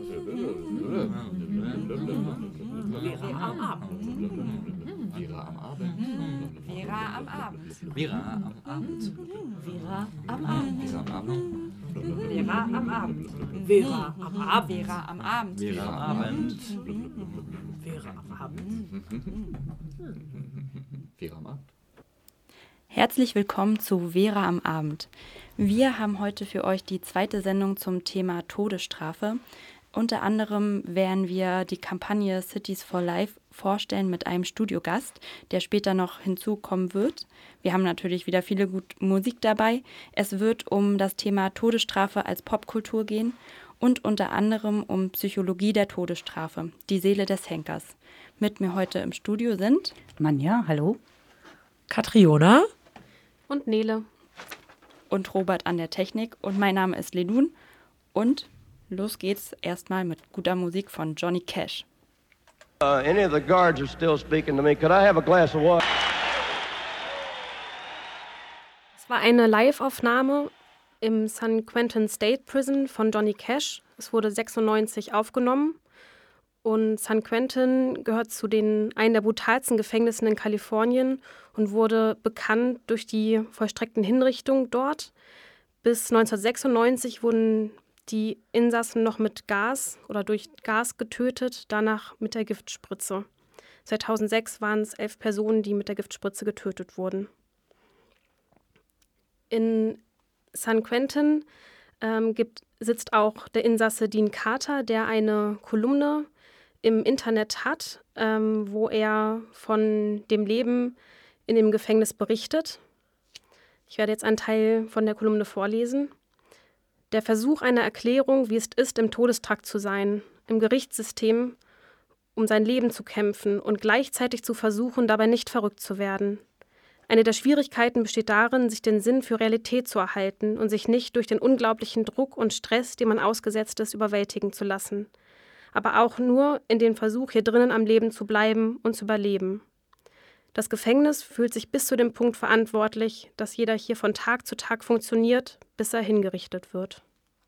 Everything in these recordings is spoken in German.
Vera am Abend. Vera am Abend. Vera am Abend. Vera am Abend. Vera am Abend. Vera am Abend. Vera am Abend. Vera am Abend. Vera am Abend. Vera am Abend. Vera am Abend. Vera am Abend. Herzlich willkommen zu Vera am Abend. Wir haben heute für euch die zweite Sendung zum Thema Todesstrafe. Unter anderem werden wir die Kampagne Cities for Life vorstellen mit einem Studiogast, der später noch hinzukommen wird. Wir haben natürlich wieder viele gute Musik dabei. Es wird um das Thema Todesstrafe als Popkultur gehen und unter anderem um Psychologie der Todesstrafe, die Seele des Henkers. Mit mir heute im Studio sind Manja, hallo. Katriona und Nele und Robert an der Technik und mein Name ist Ledun und los geht's erstmal mit guter Musik von Johnny Cash. Any of the guards are still speaking to me. Could I have a glass of water? Es war eine Live-Aufnahme im San Quentin State Prison von Johnny Cash. Es wurde 1996 aufgenommen und San Quentin gehört zu einem der brutalsten Gefängnissen in Kalifornien und wurde bekannt durch die vollstreckten Hinrichtungen dort. Bis 1996 wurden die Insassen noch mit Gas oder durch Gas getötet, danach mit der Giftspritze. 2006 waren es 11 Personen, die mit der Giftspritze getötet wurden. In San Quentin sitzt auch der Insasse Dean Carter, der eine Kolumne im Internet hat, wo er von dem Leben in dem Gefängnis berichtet. Ich werde jetzt einen Teil von der Kolumne vorlesen. Der Versuch einer Erklärung, wie es ist, im Todestrakt zu sein, im Gerichtssystem, um sein Leben zu kämpfen und gleichzeitig zu versuchen, dabei nicht verrückt zu werden. Eine der Schwierigkeiten besteht darin, sich den Sinn für Realität zu erhalten und sich nicht durch den unglaublichen Druck und Stress, dem man ausgesetzt ist, überwältigen zu lassen. Aber auch nur in den Versuch, hier drinnen am Leben zu bleiben und zu überleben. Das Gefängnis fühlt sich bis zu dem Punkt verantwortlich, dass jeder hier von Tag zu Tag funktioniert, bis er hingerichtet wird.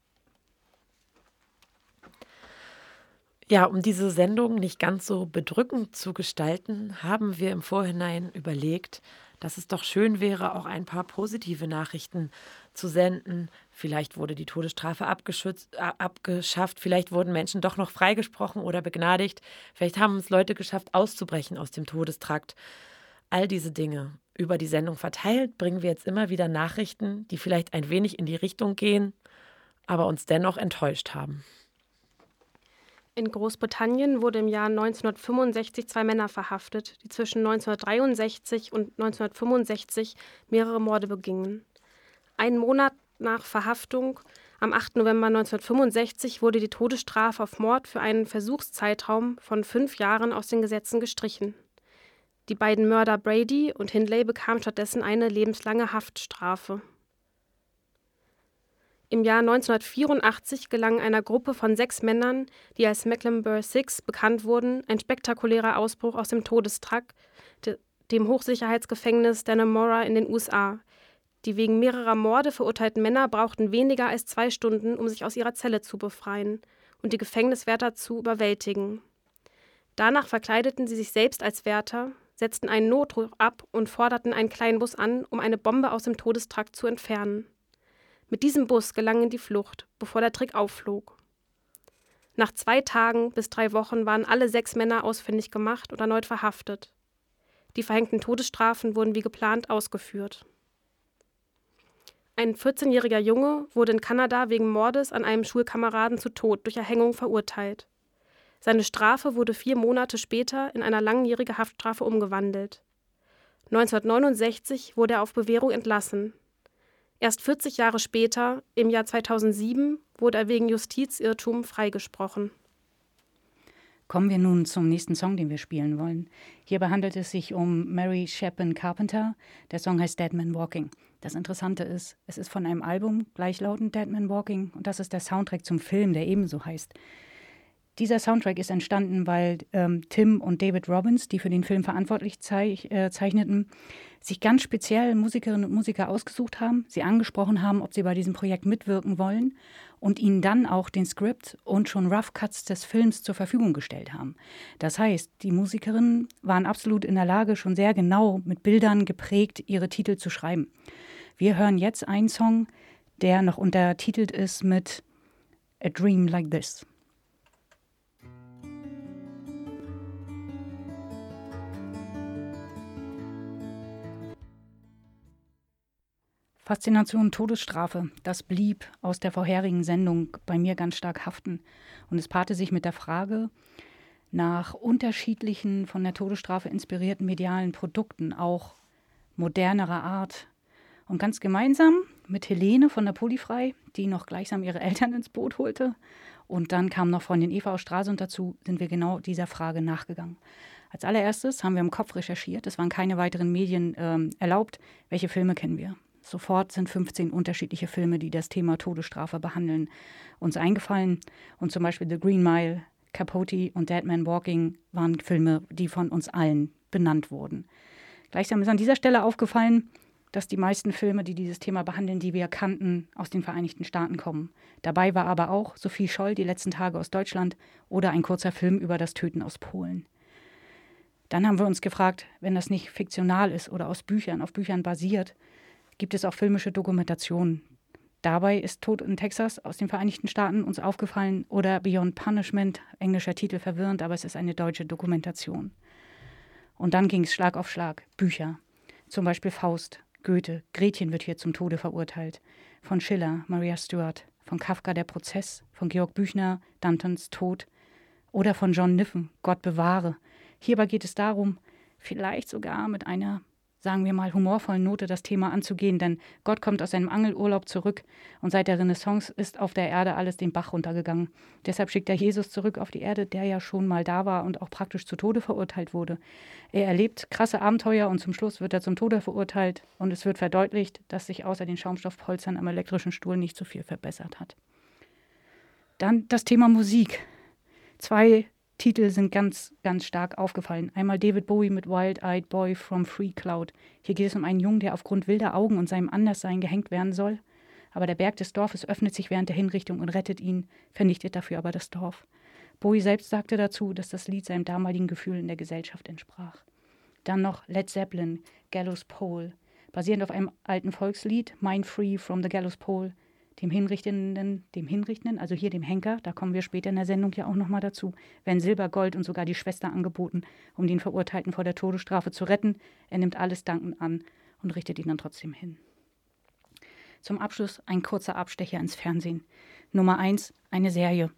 Ja, um diese Sendung nicht ganz so bedrückend zu gestalten, haben wir im Vorhinein überlegt, dass es doch schön wäre, auch ein paar positive Nachrichten zu senden. Vielleicht wurde die Todesstrafe abgeschafft, vielleicht wurden Menschen doch noch freigesprochen oder begnadigt, vielleicht haben es Leute geschafft, auszubrechen aus dem Todestrakt. All diese Dinge über die Sendung verteilt, bringen wir jetzt immer wieder Nachrichten, die vielleicht ein wenig in die Richtung gehen, aber uns dennoch enttäuscht haben. In Großbritannien wurde im Jahr 1965 2 Männer verhaftet, die zwischen 1963 und 1965 mehrere Morde begingen. Einen Monat nach Verhaftung, am 8. November 1965, wurde die Todesstrafe auf Mord für einen Versuchszeitraum von 5 Jahren aus den Gesetzen gestrichen. Die beiden Mörder Brady und Hindley bekamen stattdessen eine lebenslange Haftstrafe. Im Jahr 1984 gelang einer Gruppe von 6 Männern, die als Mecklenburg Six bekannt wurden, ein spektakulärer Ausbruch aus dem Todestrakt, dem Hochsicherheitsgefängnis Dannemora in den USA. Die wegen mehrerer Morde verurteilten Männer brauchten weniger als 2 Stunden, um sich aus ihrer Zelle zu befreien und die Gefängniswärter zu überwältigen. Danach verkleideten sie sich selbst als Wärter, setzten einen Notruf ab und forderten einen kleinen Bus an, um eine Bombe aus dem Todestrakt zu entfernen. Mit diesem Bus gelang ihnen die Flucht, bevor der Trick aufflog. Nach 2 Tagen bis 3 Wochen waren alle 6 Männer ausfindig gemacht und erneut verhaftet. Die verhängten Todesstrafen wurden wie geplant ausgeführt. Ein 14-jähriger Junge wurde in Kanada wegen Mordes an einem Schulkameraden zu Tod durch Erhängung verurteilt. Seine Strafe wurde 4 Monate später in eine langjährige Haftstrafe umgewandelt. 1969 wurde er auf Bewährung entlassen. Erst 40 Jahre später, im Jahr 2007, wurde er wegen Justizirrtum freigesprochen. Kommen wir nun zum nächsten Song, den wir spielen wollen. Hierbei handelt es sich um Mary Chapin Carpenter. Der Song heißt Dead Man Walking. Das Interessante ist, es ist von einem Album gleichlautend Dead Man Walking und das ist der Soundtrack zum Film, der ebenso heißt. Dieser Soundtrack ist entstanden, weil Tim und David Robbins, die für den Film verantwortlich zeichneten, sich ganz speziell Musikerinnen und Musiker ausgesucht haben, sie angesprochen haben, ob sie bei diesem Projekt mitwirken wollen und ihnen dann auch den Skript und schon Rough Cuts des Films zur Verfügung gestellt haben. Das heißt, die Musikerinnen waren absolut in der Lage, schon sehr genau mit Bildern geprägt, ihre Titel zu schreiben. Wir hören jetzt einen Song, der noch untertitelt ist mit A Dream Like This. Faszination Todesstrafe, das blieb aus der vorherigen Sendung bei mir ganz stark haften. Und es paarte sich mit der Frage nach unterschiedlichen, von der Todesstrafe inspirierten medialen Produkten, auch modernerer Art. Und ganz gemeinsam mit Helene von der Polyfrei, die noch gleichsam ihre Eltern ins Boot holte. Und dann kam noch Freundin Eva aus Stralsund dazu, sind wir genau dieser Frage nachgegangen. Als allererstes haben wir im Kopf recherchiert, es waren keine weiteren Medien erlaubt, welche Filme kennen wir. Sofort sind 15 unterschiedliche Filme, die das Thema Todesstrafe behandeln, uns eingefallen. Und zum Beispiel The Green Mile, Capote und Dead Man Walking waren Filme, die von uns allen benannt wurden. Gleichsam ist an dieser Stelle aufgefallen, dass die meisten Filme, die dieses Thema behandeln, die wir kannten, aus den Vereinigten Staaten kommen. Dabei war aber auch Sophie Scholl, Die letzten Tage aus Deutschland oder ein kurzer Film über das Töten aus Polen. Dann haben wir uns gefragt, wenn das nicht fiktional ist oder auf Büchern basiert, gibt es auch filmische Dokumentationen. Dabei ist Tod in Texas aus den Vereinigten Staaten uns aufgefallen oder Beyond Punishment, englischer Titel verwirrend, aber es ist eine deutsche Dokumentation. Und dann ging es Schlag auf Schlag, Bücher, zum Beispiel Faust, Goethe, Gretchen wird hier zum Tode verurteilt, von Schiller, Maria Stuart, von Kafka Der Prozess, von Georg Büchner, Dantons Tod oder von John Niffen, Gott bewahre. Hierbei geht es darum, vielleicht sogar mit einer, sagen wir mal, humorvollen Note das Thema anzugehen, denn Gott kommt aus seinem Angelurlaub zurück und seit der Renaissance ist auf der Erde alles den Bach runtergegangen. Deshalb schickt er Jesus zurück auf die Erde, der ja schon mal da war und auch praktisch zu Tode verurteilt wurde. Er erlebt krasse Abenteuer und zum Schluss wird er zum Tode verurteilt und es wird verdeutlicht, dass sich außer den Schaumstoffpolstern am elektrischen Stuhl nicht so viel verbessert hat. Dann das Thema Musik. 2 Titel sind ganz, ganz stark aufgefallen. Einmal David Bowie mit Wild-Eyed Boy from Free Cloud. Hier geht es um einen Jungen, der aufgrund wilder Augen und seinem Anderssein gehängt werden soll. Aber der Berg des Dorfes öffnet sich während der Hinrichtung und rettet ihn, vernichtet dafür aber das Dorf. Bowie selbst sagte dazu, dass das Lied seinem damaligen Gefühl in der Gesellschaft entsprach. Dann noch Led Zeppelin, Gallows Pole. Basierend auf einem alten Volkslied, Mine Free from the Gallows Pole, dem Hinrichtenden, also hier dem Henker, da kommen wir später in der Sendung ja auch nochmal dazu, werden Silber, Gold und sogar die Schwester angeboten, um den Verurteilten vor der Todesstrafe zu retten. Er nimmt alles dankend an und richtet ihn dann trotzdem hin. Zum Abschluss ein kurzer Abstecher ins Fernsehen. Nummer 1, eine Serie.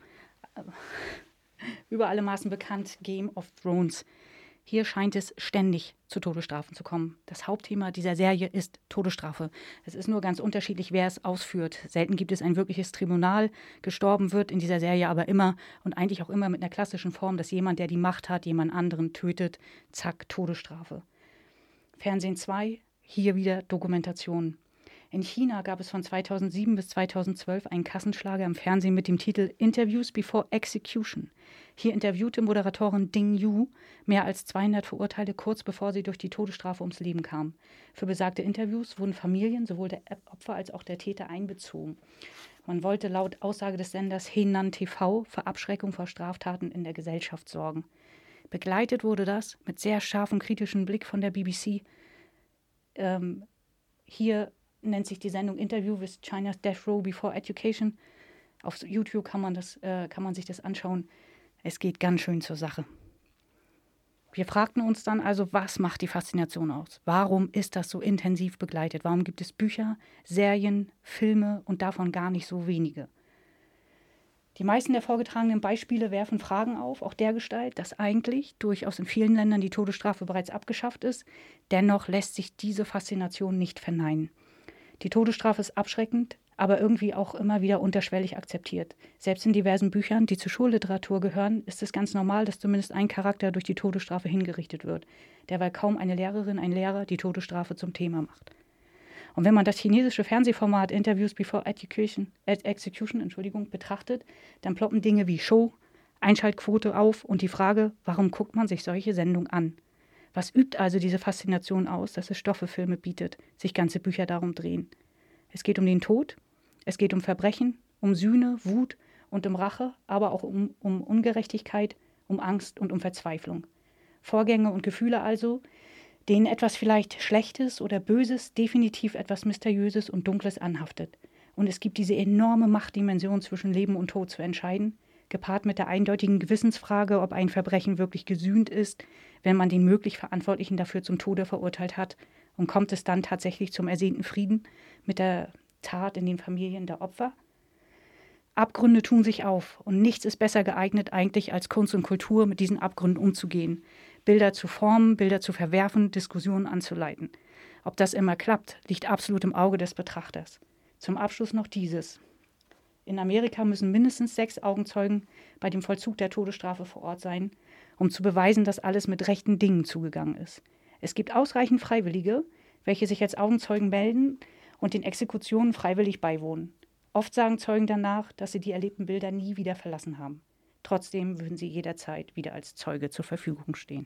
Über alle Maßen bekannt, Game of Thrones. Hier scheint es ständig zu Todesstrafen zu kommen. Das Hauptthema dieser Serie ist Todesstrafe. Es ist nur ganz unterschiedlich, wer es ausführt. Selten gibt es ein wirkliches Tribunal. Gestorben wird in dieser Serie aber immer und eigentlich auch immer mit einer klassischen Form, dass jemand, der die Macht hat, jemand anderen tötet. Zack, Todesstrafe. Fernsehen 2, hier wieder Dokumentation. In China gab es von 2007 bis 2012 einen Kassenschlager im Fernsehen mit dem Titel Interviews Before Execution. Hier interviewte Moderatorin Ding Yu mehr als 200 Verurteilte kurz bevor sie durch die Todesstrafe ums Leben kamen. Für besagte Interviews wurden Familien sowohl der Opfer als auch der Täter einbezogen. Man wollte laut Aussage des Senders Henan TV für Abschreckung vor Straftaten in der Gesellschaft sorgen. Begleitet wurde das mit sehr scharfem kritischen Blick von der BBC. Hier nennt sich die Sendung Interview with China's Death Row Before Education. Auf YouTube kann man sich das anschauen. Es geht ganz schön zur Sache. Wir fragten uns dann also, was macht die Faszination aus? Warum ist das so intensiv begleitet? Warum gibt es Bücher, Serien, Filme und davon gar nicht so wenige? Die meisten der vorgetragenen Beispiele werfen Fragen auf, auch dergestalt, dass eigentlich durchaus in vielen Ländern die Todesstrafe bereits abgeschafft ist. Dennoch lässt sich diese Faszination nicht verneinen. Die Todesstrafe ist abschreckend, aber irgendwie auch immer wieder unterschwellig akzeptiert. Selbst in diversen Büchern, die zur Schulliteratur gehören, ist es ganz normal, dass zumindest ein Charakter durch die Todesstrafe hingerichtet wird, derweil kaum eine Lehrerin, ein Lehrer die Todesstrafe zum Thema macht. Und wenn man das chinesische Fernsehformat Interviews Before Execution betrachtet, dann ploppen Dinge wie Show, Einschaltquote auf und die Frage, warum guckt man sich solche Sendungen an? Was übt also diese Faszination aus, dass es Stoffefilme bietet, sich ganze Bücher darum drehen? Es geht um den Tod, es geht um Verbrechen, um Sühne, Wut und um Rache, aber auch um Ungerechtigkeit, um Angst und um Verzweiflung. Vorgänge und Gefühle also, denen etwas vielleicht Schlechtes oder Böses, definitiv etwas Mysteriöses und Dunkles anhaftet. Und es gibt diese enorme Machtdimension zwischen Leben und Tod zu entscheiden, gepaart mit der eindeutigen Gewissensfrage, ob ein Verbrechen wirklich gesühnt ist, wenn man den möglich Verantwortlichen dafür zum Tode verurteilt hat, und kommt es dann tatsächlich zum ersehnten Frieden mit der Tat in den Familien der Opfer? Abgründe tun sich auf und nichts ist besser geeignet eigentlich als Kunst und Kultur, mit diesen Abgründen umzugehen, Bilder zu formen, Bilder zu verwerfen, Diskussionen anzuleiten. Ob das immer klappt, liegt absolut im Auge des Betrachters. Zum Abschluss noch dieses. In Amerika müssen mindestens 6 Augenzeugen bei dem Vollzug der Todesstrafe vor Ort sein, um zu beweisen, dass alles mit rechten Dingen zugegangen ist. Es gibt ausreichend Freiwillige, welche sich als Augenzeugen melden und den Exekutionen freiwillig beiwohnen. Oft sagen Zeugen danach, dass sie die erlebten Bilder nie wieder verlassen haben. Trotzdem würden sie jederzeit wieder als Zeuge zur Verfügung stehen.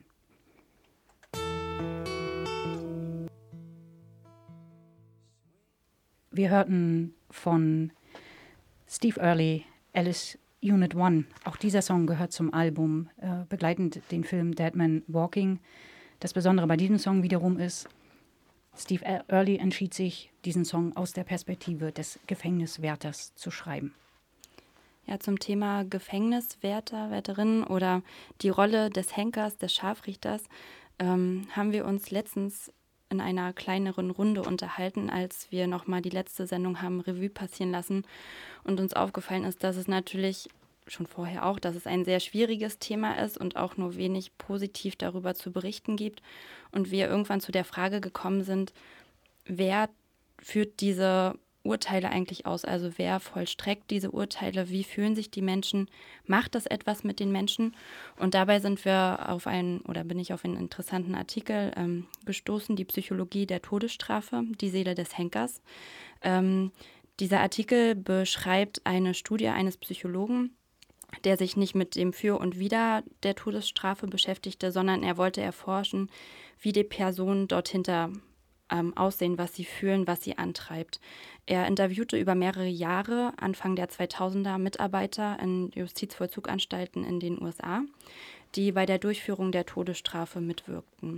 Wir hörten von Steve Earle, Alice Unit 1. Auch dieser Song gehört zum Album, begleitend den Film Dead Man Walking. Das Besondere bei diesem Song wiederum ist, Steve Earle entschied sich, diesen Song aus der Perspektive des Gefängniswärters zu schreiben. Ja, zum Thema Gefängniswärter, Wärterinnen oder die Rolle des Henkers, des Scharfrichters, haben wir uns letztens in einer kleineren Runde unterhalten, als wir nochmal die letzte Sendung haben Revue passieren lassen und uns aufgefallen ist, dass es natürlich schon vorher auch, dass es ein sehr schwieriges Thema ist und auch nur wenig positiv darüber zu berichten gibt und wir irgendwann zu der Frage gekommen sind, wer führt diese Urteile eigentlich aus? Also wer vollstreckt diese Urteile? Wie fühlen sich die Menschen? Macht das etwas mit den Menschen? Und dabei sind wir bin ich auf einen interessanten Artikel gestoßen, die Psychologie der Todesstrafe, die Seele des Henkers. Dieser Artikel beschreibt eine Studie eines Psychologen, der sich nicht mit dem Für und Wider der Todesstrafe beschäftigte, sondern er wollte erforschen, wie die Personen dort hinter aussehen, was sie fühlen, was sie antreibt. Er interviewte über mehrere Jahre, Anfang der 2000er, Mitarbeiter in Justizvollzuganstalten in den USA, die bei der Durchführung der Todesstrafe mitwirkten.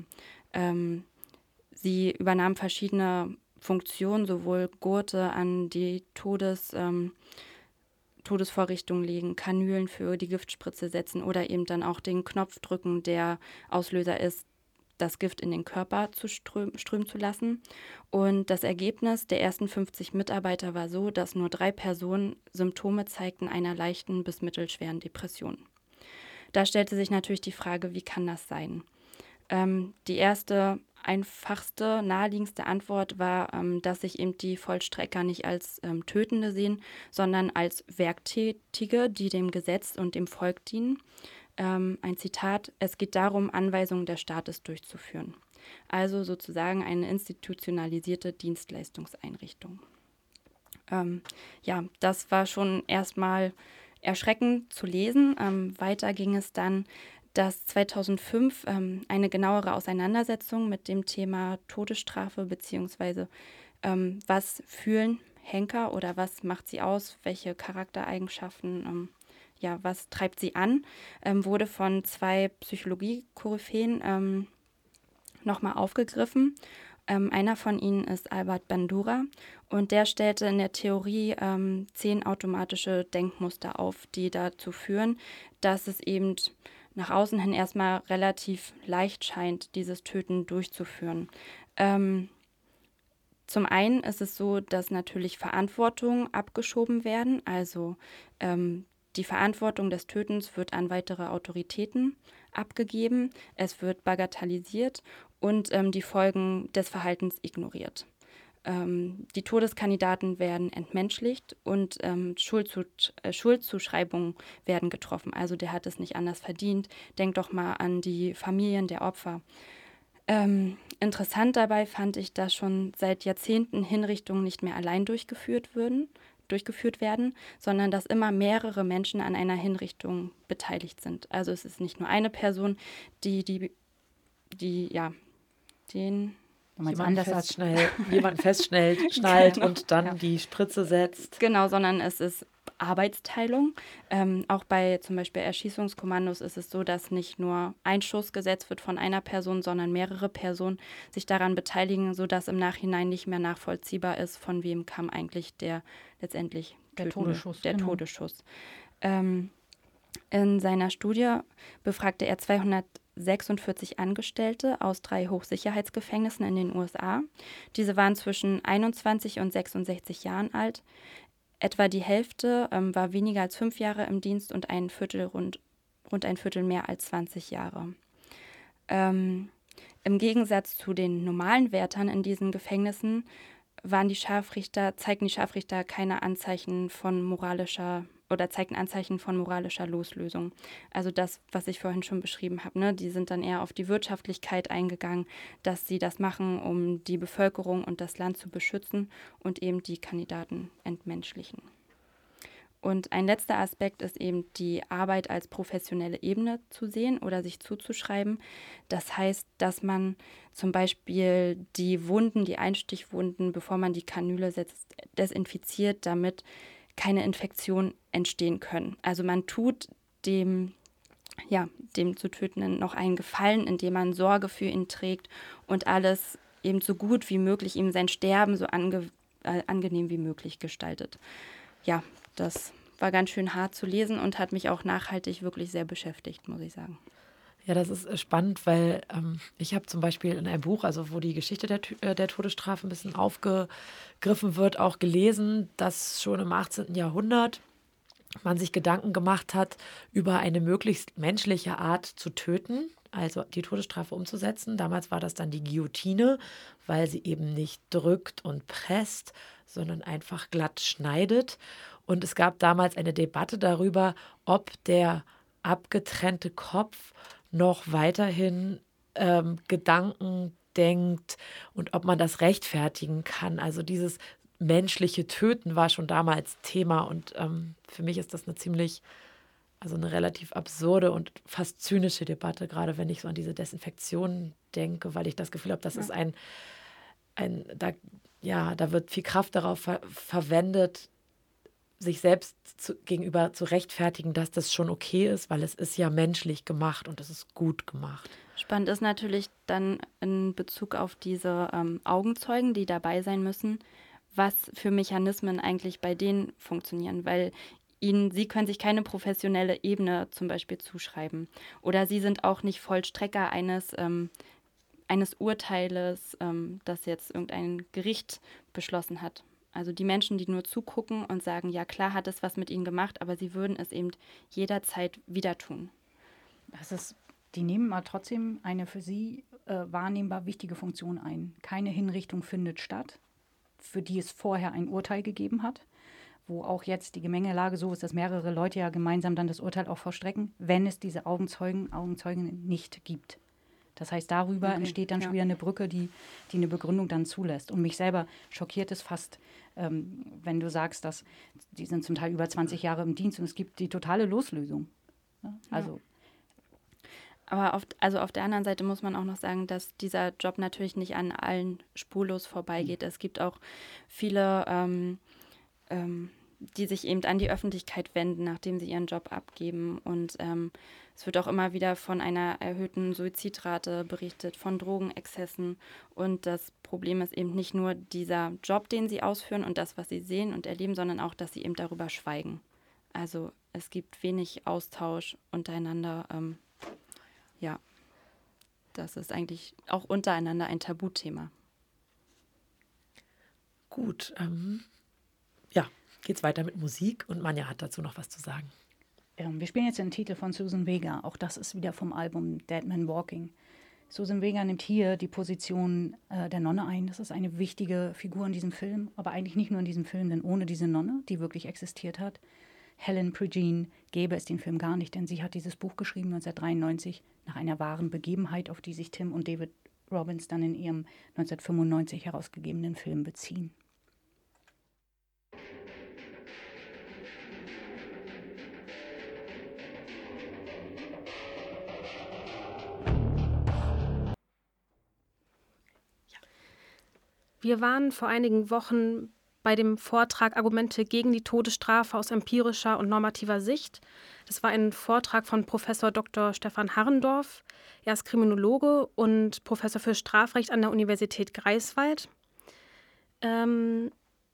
Sie übernahmen verschiedene Funktionen, sowohl Gurte an die Todesvorrichtung legen, Kanülen für die Giftspritze setzen oder eben dann auch den Knopf drücken, der Auslöser ist, das Gift in den Körper zu strömen zu lassen. Und das Ergebnis der ersten 50 Mitarbeiter war so, dass nur 3 Personen Symptome zeigten einer leichten bis mittelschweren Depression. Da stellte sich natürlich die Frage, wie kann das sein? Die erste, einfachste, naheliegendste Antwort war, dass sich eben die Vollstrecker nicht als Tötende sehen, sondern als Werktätige, die dem Gesetz und dem Volk dienen. Ein Zitat: Es geht darum, Anweisungen des Staates durchzuführen. Also sozusagen eine institutionalisierte Dienstleistungseinrichtung. Das war schon erstmal erschreckend zu lesen. Weiter ging es dann, dass 2005 eine genauere Auseinandersetzung mit dem Thema Todesstrafe bzw. Was fühlen Henker oder was macht sie aus, welche Charaktereigenschaften was treibt sie an, wurde von 2 Psychologie-Koryphäen nochmal aufgegriffen. Einer von ihnen ist Albert Bandura und der stellte in der Theorie 10 automatische Denkmuster auf, die dazu führen, dass es eben nach außen hin erstmal relativ leicht scheint, dieses Töten durchzuführen. Zum einen ist es so, dass natürlich Verantwortung abgeschoben werden, also die Verantwortung des Tötens wird an weitere Autoritäten abgegeben, es wird bagatellisiert und die Folgen des Verhaltens ignoriert. Die Todeskandidaten werden entmenschlicht und Schuldzuschreibungen werden getroffen. Also der hat es nicht anders verdient. Denk doch mal an die Familien der Opfer. Interessant dabei fand ich, dass schon seit Jahrzehnten Hinrichtungen nicht mehr allein durchgeführt würden. durchgeführt werden, sondern dass immer mehrere Menschen an einer Hinrichtung beteiligt sind. Also es ist nicht nur eine Person, die den jemanden festschnallt Genau. und dann die Spritze setzt. Genau, sondern es ist Arbeitsteilung. Auch bei zum Beispiel Erschießungskommandos ist es so, dass nicht nur ein Schuss gesetzt wird von einer Person, sondern mehrere Personen sich daran beteiligen, sodass im Nachhinein nicht mehr nachvollziehbar ist, von wem kam eigentlich der letztendlich Der Todesschuss. Todesschuss. In seiner Studie befragte er 246 Angestellte aus 3 Hochsicherheitsgefängnissen in den USA. Diese waren zwischen 21 und 66 Jahren alt. Etwa die Hälfte war weniger als 5 Jahre im Dienst und rund ein Viertel mehr als 20 Jahre. Im Gegensatz zu den normalen Wärtern in diesen Gefängnissen zeigten die Scharfrichter keine Anzeichen von moralischer Loslösung. Also das, was ich vorhin schon beschrieben habe, ne? Die sind dann eher auf die Wirtschaftlichkeit eingegangen, dass sie das machen, um die Bevölkerung und das Land zu beschützen und eben die Kandidaten entmenschlichen. Und ein letzter Aspekt ist eben die Arbeit als professionelle Ebene zu sehen oder sich zuzuschreiben. Das heißt, dass man zum Beispiel die Einstichwunden, bevor man die Kanüle setzt, desinfiziert, damit keine Infektionen entstehen können. Also man tut dem zu Tötenden noch einen Gefallen, indem man Sorge für ihn trägt und alles eben so gut wie möglich, ihm sein Sterben so angenehm wie möglich gestaltet. Ja, das war ganz schön hart zu lesen und hat mich auch nachhaltig wirklich sehr beschäftigt, muss ich sagen. Ja, das ist spannend, weil ich habe zum Beispiel in einem Buch, also wo die Geschichte der Todesstrafe ein bisschen aufgegriffen wird, auch gelesen, dass schon im 18. Jahrhundert man sich Gedanken gemacht hat, über eine möglichst menschliche Art zu töten, also die Todesstrafe umzusetzen. Damals war das dann die Guillotine, weil sie eben nicht drückt und presst, sondern einfach glatt schneidet. Und es gab damals eine Debatte darüber, ob der abgetrennte Kopf noch weiterhin Gedanken denkt und ob man das rechtfertigen kann. Also dieses menschliche Töten war schon damals Thema und für mich ist das eine relativ absurde und fast zynische Debatte, gerade wenn ich so an diese Desinfektion denke, weil ich das Gefühl habe, das ist da wird viel Kraft darauf verwendet, sich selbst gegenüber zu rechtfertigen, dass das schon okay ist, weil es ist ja menschlich gemacht und es ist gut gemacht. Spannend ist natürlich dann in Bezug auf diese Augenzeugen, die dabei sein müssen, was für Mechanismen eigentlich bei denen funktionieren, weil sie können sich keine professionelle Ebene zum Beispiel zuschreiben. Oder sie sind auch nicht Vollstrecker eines Urteiles, das jetzt irgendein Gericht beschlossen hat. Also die Menschen, die nur zugucken und sagen, ja klar hat es was mit ihnen gemacht, aber sie würden es eben jederzeit wieder tun. Die nehmen aber trotzdem eine für sie wahrnehmbar wichtige Funktion ein. Keine Hinrichtung findet statt, für die es vorher ein Urteil gegeben hat, wo auch jetzt die Gemengelage so ist, dass mehrere Leute ja gemeinsam dann das Urteil auch vollstrecken, wenn es diese Augenzeuginnen nicht gibt. Das heißt, darüber entsteht dann schon wieder eine Brücke, die eine Begründung dann zulässt. Und mich selber schockiert es fast, wenn du sagst, dass die sind zum Teil über 20 Jahre im Dienst und es gibt die totale Loslösung. Ja? Also. Aber auf der anderen Seite muss man auch noch sagen, dass dieser Job natürlich nicht an allen spurlos vorbeigeht. Es gibt auch viele, die sich eben an die Öffentlichkeit wenden, nachdem sie ihren Job abgeben. Und es wird auch immer wieder von einer erhöhten Suizidrate berichtet, von Drogenexzessen. Und das Problem ist eben nicht nur dieser Job, den sie ausführen und das, was sie sehen und erleben, sondern auch, dass sie eben darüber schweigen. Also es gibt wenig Austausch untereinander. Ja, das ist eigentlich auch untereinander ein Tabuthema. Gut, geht's weiter mit Musik und Manja hat dazu noch was zu sagen. Wir spielen jetzt den Titel von Susan Vega, auch das ist wieder vom Album Dead Man Walking. Susan Vega nimmt hier die Position der Nonne ein. Das ist eine wichtige Figur in diesem Film, aber eigentlich nicht nur in diesem Film, denn ohne diese Nonne, die wirklich existiert hat, Helen Pregene, gäbe es den Film gar nicht, denn sie hat dieses Buch geschrieben 1993 nach einer wahren Begebenheit, auf die sich Tim und David Robbins dann in ihrem 1995 herausgegebenen Film beziehen. Wir waren vor einigen Wochen bei dem Vortrag Argumente gegen die Todesstrafe aus empirischer und normativer Sicht. Das war ein Vortrag von Professor Dr. Stefan Harrendorf. Er ist Kriminologe und Professor für Strafrecht an der Universität Greifswald. Wir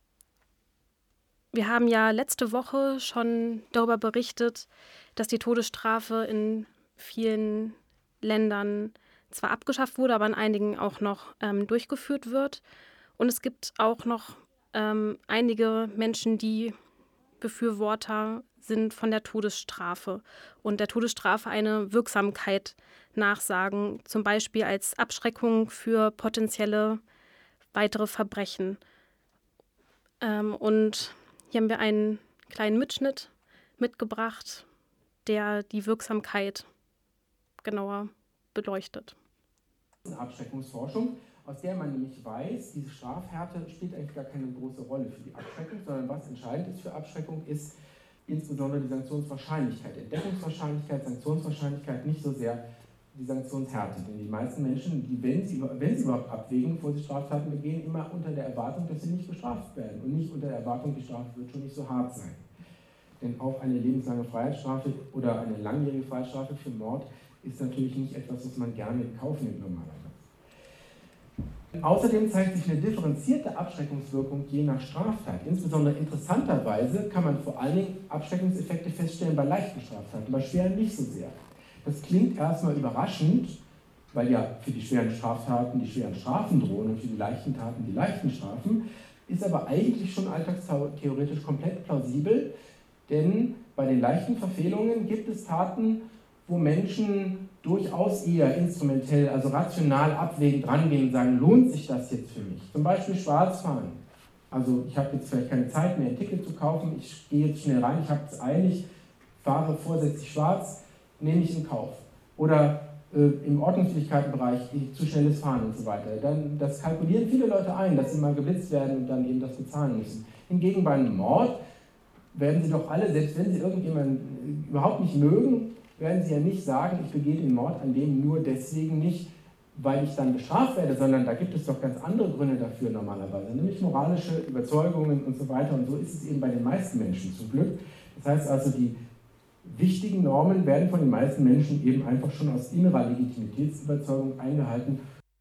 haben ja letzte Woche schon darüber berichtet, dass die Todesstrafe in vielen Ländern zwar abgeschafft wurde, aber in einigen auch noch durchgeführt wird. Und es gibt auch noch einige Menschen, die Befürworter sind von der Todesstrafe und der Todesstrafe eine Wirksamkeit nachsagen, zum Beispiel als Abschreckung für potenzielle weitere Verbrechen. Und hier haben wir einen kleinen Mitschnitt mitgebracht, der die Wirksamkeit genauer beleuchtet. Abschreckungsforschung, aus der man nämlich weiß, diese Strafhärte spielt eigentlich gar keine große Rolle für die Abschreckung, sondern was entscheidend ist für Abschreckung, ist insbesondere die Sanktionswahrscheinlichkeit, Entdeckungswahrscheinlichkeit, Sanktionswahrscheinlichkeit, nicht so sehr die Sanktionshärte. Denn die meisten Menschen, die, wenn sie überhaupt abwägen, bevor sie Straftaten begehen, immer unter der Erwartung, dass sie nicht bestraft werden und nicht unter der Erwartung, die Strafe wird schon nicht so hart sein. Denn auch eine lebenslange Freiheitsstrafe oder eine langjährige Freiheitsstrafe für Mord ist natürlich nicht etwas, was man gerne in Kauf nimmt normalerweise. Außerdem zeigt sich eine differenzierte Abschreckungswirkung je nach Straftat. Insbesondere interessanterweise kann man vor allen Dingen Abschreckungseffekte feststellen bei leichten Straftaten, bei schweren nicht so sehr. Das klingt erstmal überraschend, weil ja für die schweren Straftaten die schweren Strafen drohen und für die leichten Taten die leichten Strafen, ist aber eigentlich schon alltagstheoretisch komplett plausibel, denn bei den leichten Verfehlungen gibt es Taten, wo Menschen durchaus eher instrumentell, also rational abwägend rangehen und sagen, lohnt sich das jetzt für mich? Zum Beispiel Schwarzfahren. Also ich habe jetzt vielleicht keine Zeit mehr, ein Ticket zu kaufen, ich gehe jetzt schnell rein, ich habe es eilig, fahre vorsätzlich schwarz, nehme ich in Kauf. Oder im Ordnungswidrigkeitenbereich zu schnelles Fahren und so weiter. Dann, das kalkulieren viele Leute ein, dass sie mal geblitzt werden und dann eben das bezahlen müssen. Hingegen bei einem Mord werden sie doch alle, selbst wenn sie irgendjemanden überhaupt nicht mögen, werden sie ja nicht sagen, ich begehe den Mord an dem nur deswegen nicht, weil ich dann bestraft werde, sondern da gibt es doch ganz andere Gründe dafür normalerweise, nämlich moralische Überzeugungen und so weiter. Und so ist es eben bei den meisten Menschen zum Glück. Das heißt also, die wichtigen Normen werden von den meisten Menschen eben einfach schon aus innerer Legitimitätsüberzeugung eingehalten.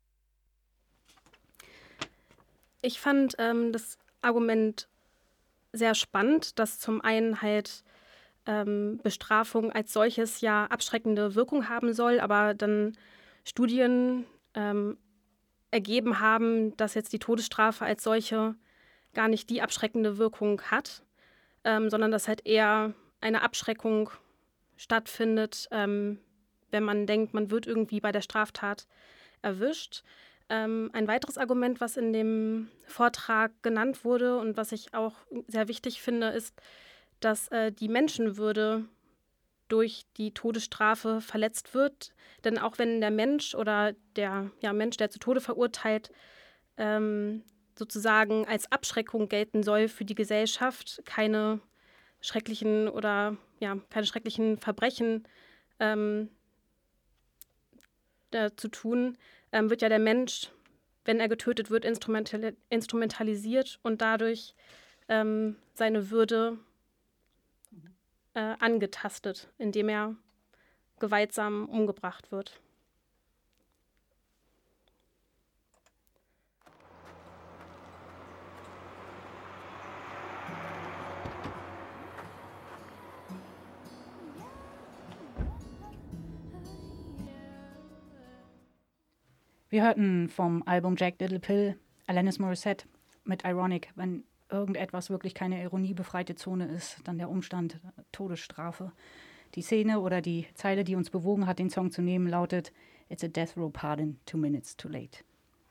Ich fand das Argument sehr spannend, dass zum einen halt Bestrafung als solches ja abschreckende Wirkung haben soll, aber dann Studien ergeben haben, dass jetzt die Todesstrafe als solche gar nicht die abschreckende Wirkung hat, sondern dass halt eher eine Abschreckung stattfindet, wenn man denkt, man wird irgendwie bei der Straftat erwischt. Ein weiteres Argument, was in dem Vortrag genannt wurde und was ich auch sehr wichtig finde, ist, dass die Menschenwürde durch die Todesstrafe verletzt wird. Denn auch wenn der Mensch oder der Mensch, der zu Tode verurteilt, sozusagen als Abschreckung gelten soll für die Gesellschaft, keine schrecklichen Verbrechen zu tun, wird ja der Mensch, wenn er getötet wird, instrumentalisiert und dadurch seine Würde angetastet, indem er gewaltsam umgebracht wird. Wir hörten vom Album Jagged Little Pill Alanis Morissette mit Ironic, wenn irgendetwas wirklich keine ironiebefreite Zone ist, dann der Umstand Todesstrafe. Die Szene oder die Zeile, die uns bewogen hat, den Song zu nehmen, lautet It's a death row pardon, 2 minutes too late.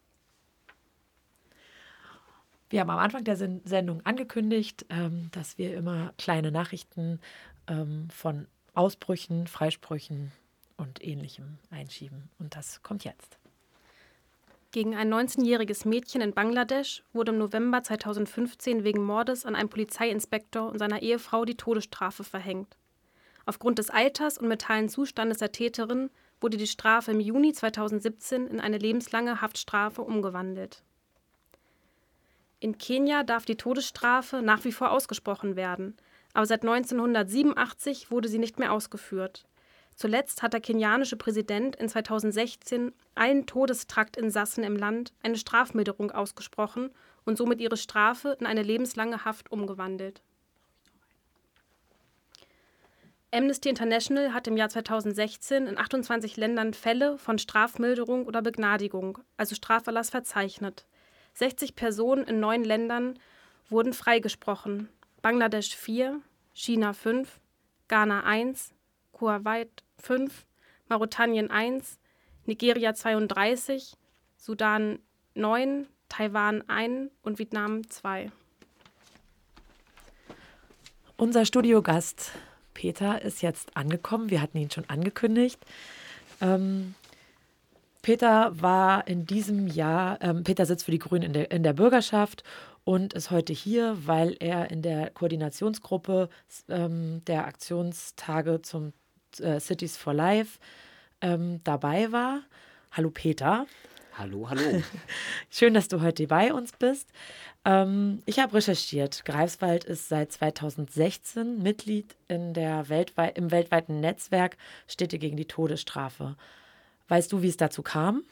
Wir haben am Anfang der Sendung angekündigt, dass wir immer kleine Nachrichten von Ausbrüchen, Freisprüchen und Ähnlichem einschieben. Und das kommt jetzt. Gegen ein 19-jähriges Mädchen in Bangladesch wurde im November 2015 wegen Mordes an einem Polizeiinspektor und seiner Ehefrau die Todesstrafe verhängt. Aufgrund des Alters und mentalen Zustandes der Täterin wurde die Strafe im Juni 2017 in eine lebenslange Haftstrafe umgewandelt. In Kenia darf die Todesstrafe nach wie vor ausgesprochen werden, aber seit 1987 wurde sie nicht mehr ausgeführt. Zuletzt hat der kenianische Präsident in 2016 allen Todestraktinsassen im Land eine Strafmilderung ausgesprochen und somit ihre Strafe in eine lebenslange Haft umgewandelt. Amnesty International hat im Jahr 2016 in 28 Ländern Fälle von Strafmilderung oder Begnadigung, also Straferlass, verzeichnet. 60 Personen in 9 Ländern wurden freigesprochen. Bangladesch 4, China 5, Ghana 1, Kuwait 5, Mauretanien 1, Nigeria 32, Sudan 9, Taiwan 1 und Vietnam 2. Unser Studiogast Peter ist jetzt angekommen. Wir hatten ihn schon angekündigt. Peter war in diesem Jahr, Peter sitzt für die Grünen in der Bürgerschaft und ist heute hier, weil er in der Koordinationsgruppe der Aktionstage zum Cities for Life dabei war. Hallo Peter. Hallo, hallo. Schön, dass du heute bei uns bist. Ich habe recherchiert. Greifswald ist seit 2016 Mitglied im weltweiten Netzwerk Städte gegen die Todesstrafe. Weißt du, wie es dazu kam?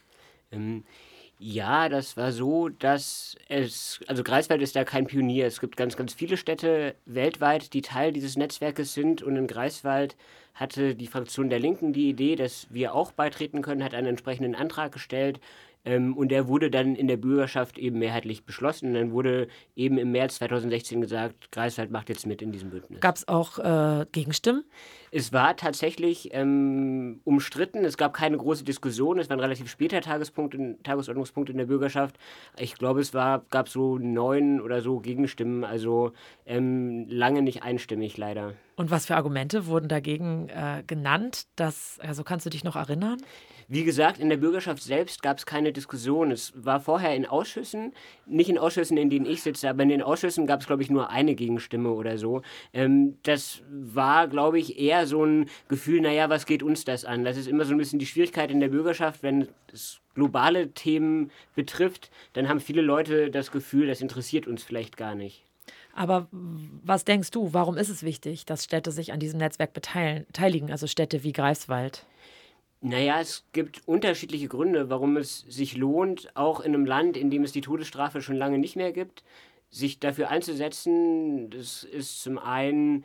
Ja, das war so, dass also Greifswald ist da kein Pionier. Es gibt ganz, ganz viele Städte weltweit, die Teil dieses Netzwerkes sind. Und in Greifswald hatte die Fraktion der Linken die Idee, dass wir auch beitreten können, hat einen entsprechenden Antrag gestellt. Und der wurde dann in der Bürgerschaft eben mehrheitlich beschlossen. Und dann wurde eben im März 2016 gesagt, Greifswald macht jetzt mit in diesem Bündnis. Gab es auch Gegenstimmen? Es war tatsächlich umstritten. Es gab keine große Diskussion. Es war ein relativ später Tagesordnungspunkt in der Bürgerschaft. Ich glaube, gab so 9 oder so Gegenstimmen. Also lange nicht einstimmig, leider. Und was für Argumente wurden dagegen genannt? Also kannst du dich noch erinnern? Wie gesagt, in der Bürgerschaft selbst gab es keine Diskussion. Es war vorher in Ausschüssen, nicht in Ausschüssen, in denen ich sitze, aber in den Ausschüssen gab es, glaube ich, nur eine Gegenstimme oder so. Das war, glaube ich, eher so ein Gefühl, naja, was geht uns das an? Das ist immer so ein bisschen die Schwierigkeit in der Bürgerschaft, wenn es globale Themen betrifft, dann haben viele Leute das Gefühl, das interessiert uns vielleicht gar nicht. Aber was denkst du, warum ist es wichtig, dass Städte sich an diesem Netzwerk beteiligen, also Städte wie Greifswald? Naja, es gibt unterschiedliche Gründe, warum es sich lohnt, auch in einem Land, in dem es die Todesstrafe schon lange nicht mehr gibt, sich dafür einzusetzen. Das ist zum einen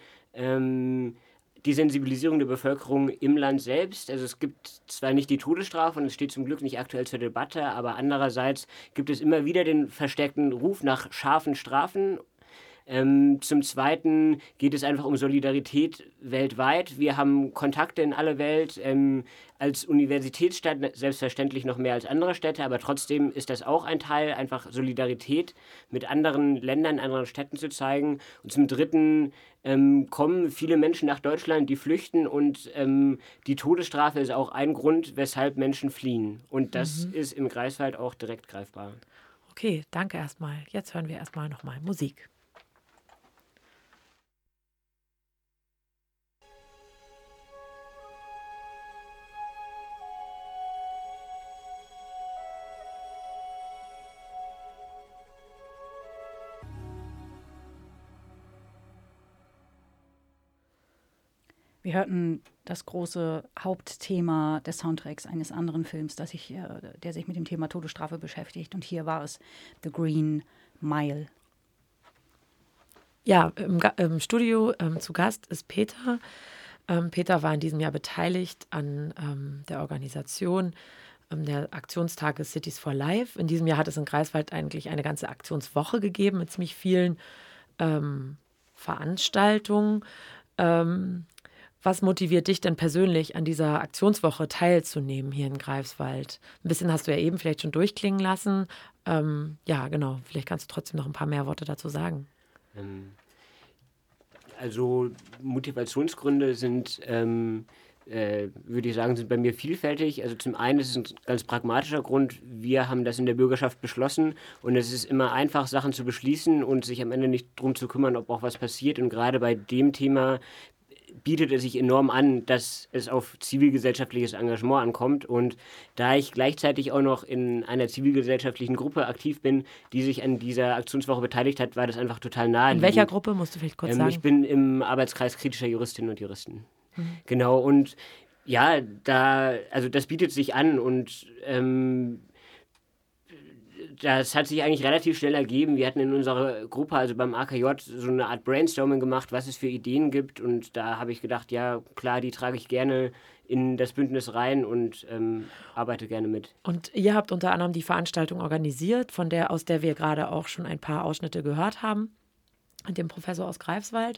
die Sensibilisierung der Bevölkerung im Land selbst. Also es gibt zwar nicht die Todesstrafe und es steht zum Glück nicht aktuell zur Debatte, aber andererseits gibt es immer wieder den verstärkten Ruf nach scharfen Strafen. Zum Zweiten geht es einfach um Solidarität weltweit. Wir haben Kontakte in alle Welt. Als Universitätsstadt selbstverständlich noch mehr als andere Städte, aber trotzdem ist das auch ein Teil, einfach Solidarität mit anderen Ländern, anderen Städten zu zeigen. Und zum Dritten kommen viele Menschen nach Deutschland, die flüchten und die Todesstrafe ist auch ein Grund, weshalb Menschen fliehen. Und das ist in Greifswald auch direkt greifbar. Okay, danke erstmal. Jetzt hören wir erstmal nochmal Musik. Wir hörten das große Hauptthema des Soundtracks eines anderen Films, der sich mit dem Thema Todesstrafe beschäftigt. Und hier war es The Green Mile. Ja, im Studio zu Gast ist Peter. Peter war in diesem Jahr beteiligt an der Organisation der Aktionstage Cities for Life. In diesem Jahr hat es in Greifswald eigentlich eine ganze Aktionswoche gegeben mit ziemlich vielen Veranstaltungen. Was motiviert dich denn persönlich, an dieser Aktionswoche teilzunehmen hier in Greifswald? Ein bisschen hast du ja eben vielleicht schon durchklingen lassen. Ja, genau. Vielleicht kannst du trotzdem noch ein paar mehr Worte dazu sagen. Also Motivationsgründe sind, würde ich sagen, sind bei mir vielfältig. Also zum einen ist es ein ganz pragmatischer Grund. Wir haben das in der Bürgerschaft beschlossen und es ist immer einfach, Sachen zu beschließen und sich am Ende nicht darum zu kümmern, ob auch was passiert. Und gerade bei dem Thema bietet es sich enorm an, dass es auf zivilgesellschaftliches Engagement ankommt. Und da ich gleichzeitig auch noch in einer zivilgesellschaftlichen Gruppe aktiv bin, die sich an dieser Aktionswoche beteiligt hat, war das einfach total naheliegend. In welcher Gruppe, musst du vielleicht kurz sagen? Ich bin im Arbeitskreis kritischer Juristinnen und Juristen. Genau, und ja, das bietet sich an und das hat sich eigentlich relativ schnell ergeben. Wir hatten in unserer Gruppe, also beim AKJ, so eine Art Brainstorming gemacht, was es für Ideen gibt. Und da habe ich gedacht, ja klar, die trage ich gerne in das Bündnis rein und arbeite gerne mit. Und ihr habt unter anderem die Veranstaltung organisiert, aus der wir gerade auch schon ein paar Ausschnitte gehört haben, mit dem Professor aus Greifswald.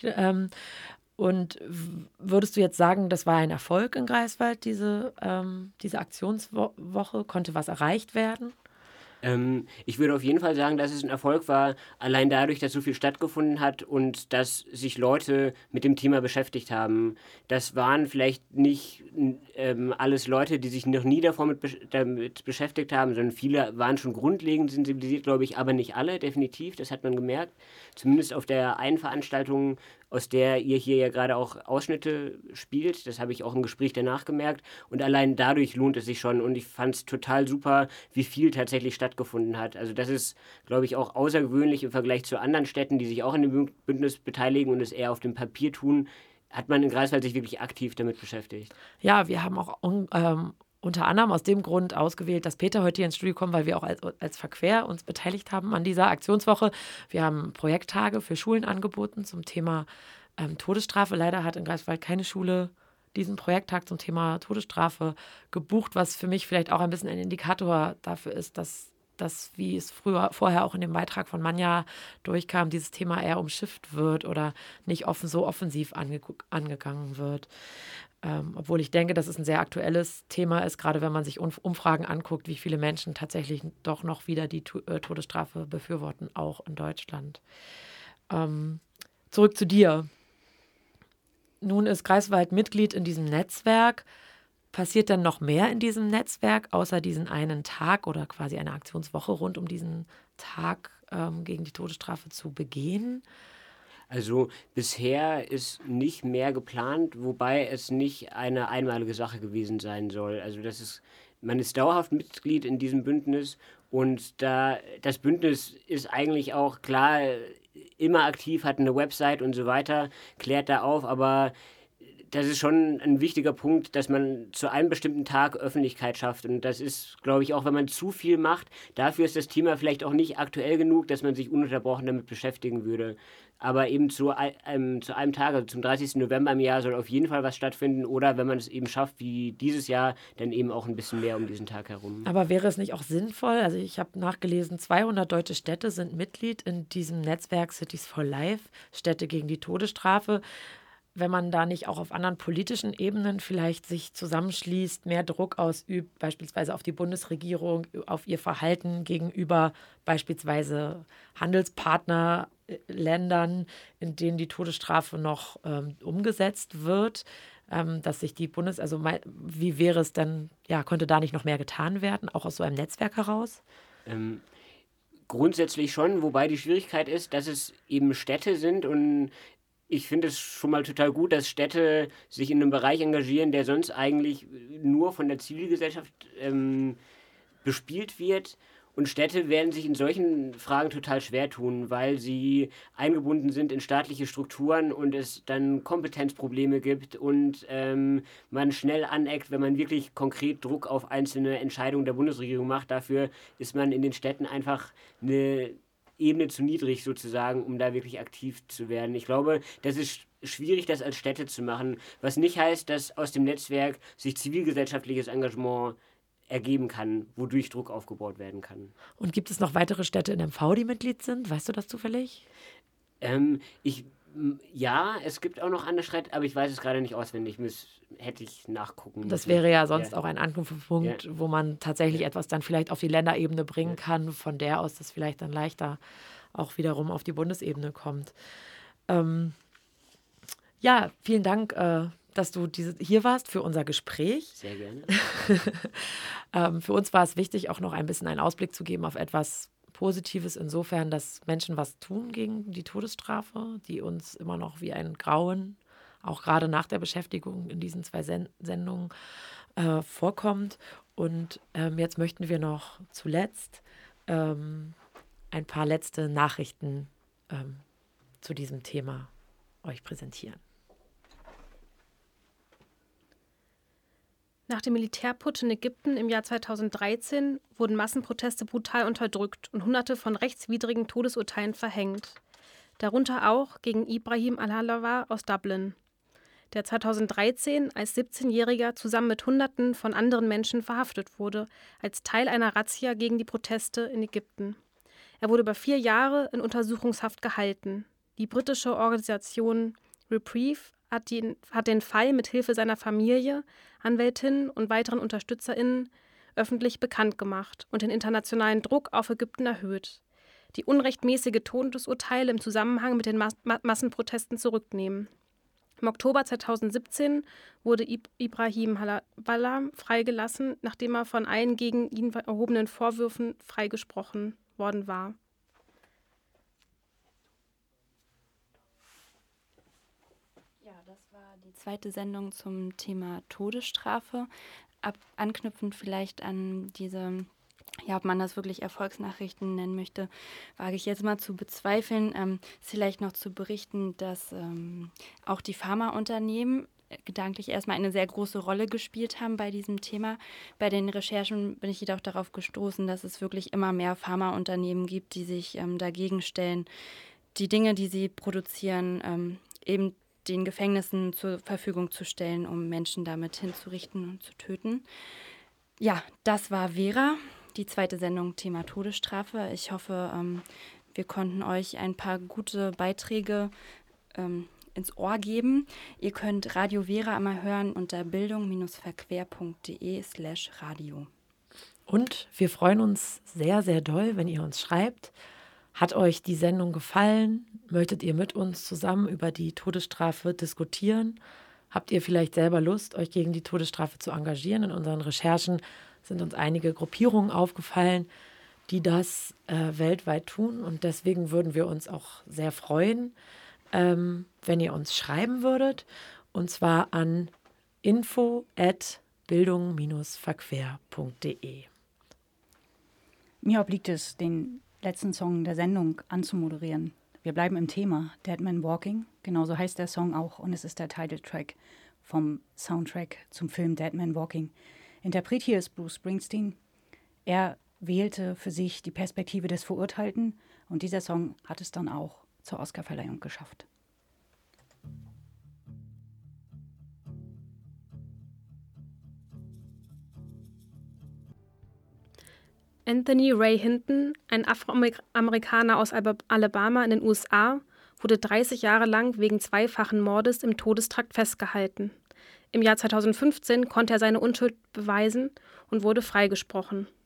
Und würdest du jetzt sagen, das war ein Erfolg in Greifswald, diese Aktionswoche? Konnte was erreicht werden? Ich würde auf jeden Fall sagen, dass es ein Erfolg war, allein dadurch, dass so viel stattgefunden hat und dass sich Leute mit dem Thema beschäftigt haben. Das waren vielleicht nicht alles Leute, die sich noch nie damit beschäftigt haben, sondern viele waren schon grundlegend sensibilisiert, glaube ich, aber nicht alle, definitiv, das hat man gemerkt. Zumindest auf der einen Veranstaltung, aus der ihr hier ja gerade auch Ausschnitte spielt. Das habe ich auch im Gespräch danach gemerkt. Und allein dadurch lohnt es sich schon. Und ich fand es total super, wie viel tatsächlich stattgefunden hat. Also das ist, glaube ich, auch außergewöhnlich im Vergleich zu anderen Städten, die sich auch in dem Bündnis beteiligen und es eher auf dem Papier tun, hat man in Greifswald sich wirklich aktiv damit beschäftigt. Ja, wir haben auch unter anderem aus dem Grund ausgewählt, dass Peter heute hier ins Studio kommt, weil wir auch als Verquer uns beteiligt haben an dieser Aktionswoche. Wir haben Projekttage für Schulen angeboten zum Thema Todesstrafe. Leider hat in Greifswald keine Schule diesen Projekttag zum Thema Todesstrafe gebucht, was für mich vielleicht auch ein bisschen ein Indikator dafür ist, dass wie es vorher auch in dem Beitrag von Manja durchkam, dieses Thema eher umschifft wird oder nicht so offensiv angegangen wird. Obwohl ich denke, dass es ein sehr aktuelles Thema ist, gerade wenn man sich Umfragen anguckt, wie viele Menschen tatsächlich doch noch wieder die Todesstrafe befürworten, auch in Deutschland. Zurück zu dir. Nun ist Greifswald Mitglied in diesem Netzwerk. Passiert denn noch mehr in diesem Netzwerk, außer diesen einen Tag oder quasi eine Aktionswoche rund um diesen Tag gegen die Todesstrafe zu begehen? Also bisher ist nicht mehr geplant, wobei es nicht eine einmalige Sache gewesen sein soll. Also man ist dauerhaft Mitglied in diesem Bündnis und das Bündnis ist eigentlich auch klar immer aktiv, hat eine Website und so weiter, klärt da auf, aber das ist schon ein wichtiger Punkt, dass man zu einem bestimmten Tag Öffentlichkeit schafft. Und das ist, glaube ich, auch wenn man zu viel macht, dafür ist das Thema vielleicht auch nicht aktuell genug, dass man sich ununterbrochen damit beschäftigen würde. Aber eben zu einem Tag, also zum 30. November im Jahr, soll auf jeden Fall was stattfinden. Oder wenn man es eben schafft, wie dieses Jahr, dann eben auch ein bisschen mehr um diesen Tag herum. Aber wäre es nicht auch sinnvoll, also ich habe nachgelesen, 200 deutsche Städte sind Mitglied in diesem Netzwerk Cities for Life, Städte gegen die Todesstrafe. Wenn man da nicht auch auf anderen politischen Ebenen vielleicht sich zusammenschließt, mehr Druck ausübt, beispielsweise auf die Bundesregierung, auf ihr Verhalten gegenüber beispielsweise Handelspartnerländern, in denen die Todesstrafe noch umgesetzt wird, dass sich wie wäre es denn, könnte da nicht noch mehr getan werden, auch aus so einem Netzwerk heraus? Grundsätzlich schon, wobei die Schwierigkeit ist, dass es eben Städte sind und ich finde es schon mal total gut, dass Städte sich in einem Bereich engagieren, der sonst eigentlich nur von der Zivilgesellschaft bespielt wird. Und Städte werden sich in solchen Fragen total schwer tun, weil sie eingebunden sind in staatliche Strukturen und es dann Kompetenzprobleme gibt und man schnell aneckt, wenn man wirklich konkret Druck auf einzelne Entscheidungen der Bundesregierung macht. Dafür ist man in den Städten einfach eine Ebene zu niedrig sozusagen, um da wirklich aktiv zu werden. Ich glaube, das ist schwierig, das als Städte zu machen, was nicht heißt, dass aus dem Netzwerk sich zivilgesellschaftliches Engagement ergeben kann, wodurch Druck aufgebaut werden kann. Und gibt es noch weitere Städte in MV, die Mitglied sind? Weißt du das zufällig? Ja, es gibt auch noch andere Städte, aber ich weiß es gerade nicht auswendig. Hätte ich nachgucken müssen. Das wäre ja sonst auch ein Anknüpfungspunkt, wo man tatsächlich etwas dann vielleicht auf die Länderebene bringen kann, von der aus das vielleicht dann leichter auch wiederum auf die Bundesebene kommt. Vielen Dank, dass du hier warst für unser Gespräch. Sehr gerne. Für uns war es wichtig, auch noch ein bisschen einen Ausblick zu geben auf etwas Positives insofern, dass Menschen was tun gegen die Todesstrafe, die uns immer noch wie ein Grauen auch gerade nach der Beschäftigung in diesen 2 Sendungen vorkommt. Und jetzt möchten wir noch zuletzt ein paar letzte Nachrichten zu diesem Thema euch präsentieren. Nach dem Militärputsch in Ägypten im Jahr 2013 wurden Massenproteste brutal unterdrückt und Hunderte von rechtswidrigen Todesurteilen verhängt. Darunter auch gegen Ibrahim al-Halawa aus Dublin, der 2013 als 17-Jähriger zusammen mit Hunderten von anderen Menschen verhaftet wurde, als Teil einer Razzia gegen die Proteste in Ägypten. Er wurde über 4 Jahre in Untersuchungshaft gehalten. Die britische Organisation Reprieve hat den Fall mit Hilfe seiner Familie, Anwältinnen und weiteren UnterstützerInnen öffentlich bekannt gemacht und den internationalen Druck auf Ägypten erhöht. Die unrechtmäßige Todesurteile im Zusammenhang mit den Massenprotesten zurücknehmen. Im Oktober 2017 wurde Ibrahim Halawa freigelassen, nachdem er von allen gegen ihn erhobenen Vorwürfen freigesprochen worden war. Ja, das war die zweite Sendung zum Thema Todesstrafe. Anknüpfend vielleicht an diese, ja, ob man das wirklich Erfolgsnachrichten nennen möchte, wage ich jetzt mal zu bezweifeln. Ist vielleicht noch zu berichten, dass auch die Pharmaunternehmen gedanklich erstmal eine sehr große Rolle gespielt haben bei diesem Thema. Bei den Recherchen bin ich jedoch darauf gestoßen, dass es wirklich immer mehr Pharmaunternehmen gibt, die sich dagegen stellen, die Dinge, die sie produzieren, eben den Gefängnissen zur Verfügung zu stellen, um Menschen damit hinzurichten und zu töten. Ja, das war Vera, die zweite Sendung Thema Todesstrafe. Ich hoffe, wir konnten euch ein paar gute Beiträge ins Ohr geben. Ihr könnt Radio Vera immer hören unter bildung-verquer.de/radio. Und wir freuen uns sehr, sehr doll, wenn ihr uns schreibt. Hat euch die Sendung gefallen? Möchtet ihr mit uns zusammen über die Todesstrafe diskutieren? Habt ihr vielleicht selber Lust, euch gegen die Todesstrafe zu engagieren? In unseren Recherchen sind uns einige Gruppierungen aufgefallen, die das weltweit tun. Und deswegen würden wir uns auch sehr freuen, wenn ihr uns schreiben würdet. Und zwar an info@bildung-verquer.de. Mir obliegt es, den letzten Song der Sendung anzumoderieren. Wir bleiben im Thema Dead Man Walking, genauso heißt der Song auch und es ist der Titeltrack vom Soundtrack zum Film Dead Man Walking. Interpret hier ist Bruce Springsteen. Er wählte für sich die Perspektive des Verurteilten und dieser Song hat es dann auch zur Oscarverleihung geschafft. Anthony Ray Hinton, ein Afroamerikaner aus Alabama in den USA, wurde 30 Jahre lang wegen zweifachen Mordes im Todestrakt festgehalten. Im Jahr 2015 konnte er seine Unschuld beweisen und wurde freigesprochen.